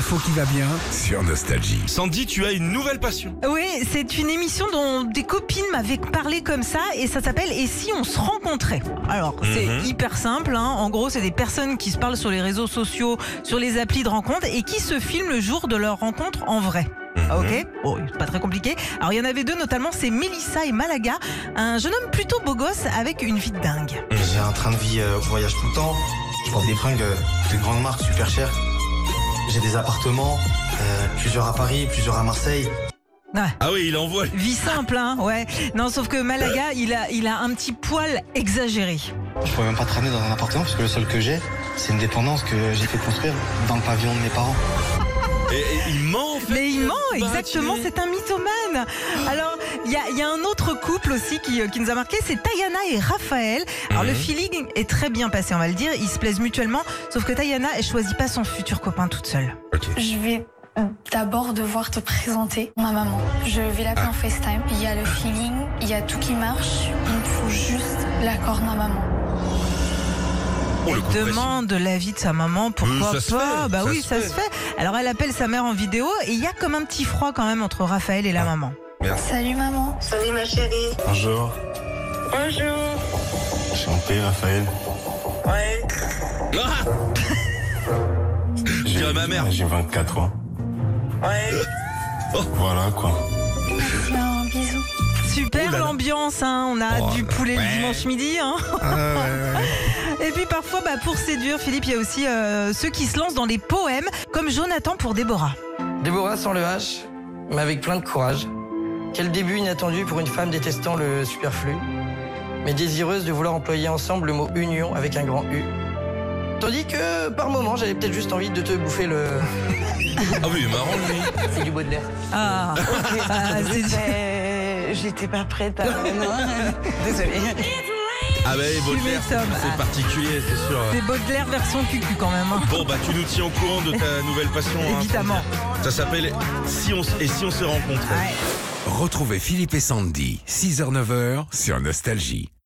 L'info qui va bien sur Nostalgie. Sandy, tu as une nouvelle passion. Oui, c'est une émission dont des copines m'avaient parlé comme ça et ça s'appelle « Et si on se rencontrait ?» Alors, c'est hyper simple, hein. En gros, c'est des personnes qui se parlent sur les réseaux sociaux, sur les applis de rencontre et qui se filment le jour de leur rencontre en vrai. Ok, bon, c'est pas très compliqué. Alors il y en avait deux notamment, c'est Mélissa et Malaga, un jeune homme plutôt beau gosse avec une vie de dingue. J'ai un train de vie où je voyage tout le temps. Je porte des fringues de grandes marques super chères. J'ai des appartements, plusieurs à Paris, plusieurs à Marseille. Ouais. Ah oui, il envoie. Vie simple, hein, ouais. Non, sauf que Malaga, il a un petit poil exagéré. Je pourrais même pas te ramener dans un appartement parce que le seul que j'ai, c'est une dépendance que j'ai fait construire dans le pavillon de mes parents. Et il ment en fait. Mais il ment, exactement, c'est un mythomane. Alors, il y a un autre couple aussi qui nous a marqué, c'est Tayana et Raphaël. Alors le feeling est très bien passé, on va le dire, ils se plaisent mutuellement, sauf que Tayana, elle choisit pas son futur copain toute seule. Ok. Je vais d'abord devoir te présenter ma maman. Je vais l'appeler en FaceTime. Il y a le feeling, il y a tout qui marche. Il me faut juste l'accord de ma maman. Oh, le coup de Elle pression. demande l'avis de sa maman, pourquoi ça se pas. fait, Bah ça oui, se ça fait. se fait. Alors elle appelle sa mère en vidéo et il y a comme un petit froid quand même entre Raphaël et la maman. Salut maman. Salut ma chérie. Bonjour, Bonjour. enchanté Raphaël. Ouais. Ah je dirais ma mère. J'ai 24 ans. Ouais. Voilà quoi. Un bisou. Super Ouh là là. l'ambiance, hein. On a Oh du là. poulet Ouais. le dimanche midi. Hein. Et puis parfois, pour séduire, Philippe, il y a aussi ceux qui se lancent dans les poèmes, comme Jonathan pour Déborah. Déborah sans le H, mais avec plein de courage. Quel début inattendu pour une femme détestant le superflu, mais désireuse de vouloir employer ensemble le mot union avec un grand U. Tandis que par moment, j'avais peut-être juste envie de te bouffer le... Ah oui, marrant lui. C'est du Baudelaire. Ah, J'étais pas prête à... Désolée. Ah bah Baudelaire, m'étonnes. c'est particulier, c'est sûr. c'est Baudelaire version cucu quand même. Hein. Bon bah tu nous tiens au courant de ta nouvelle passion. hein, Évidemment. Sandy. Ça s'appelle si on se rencontre. Ouais. Retrouvez Philippe et Sandy, 6h-9h sur Nostalgie.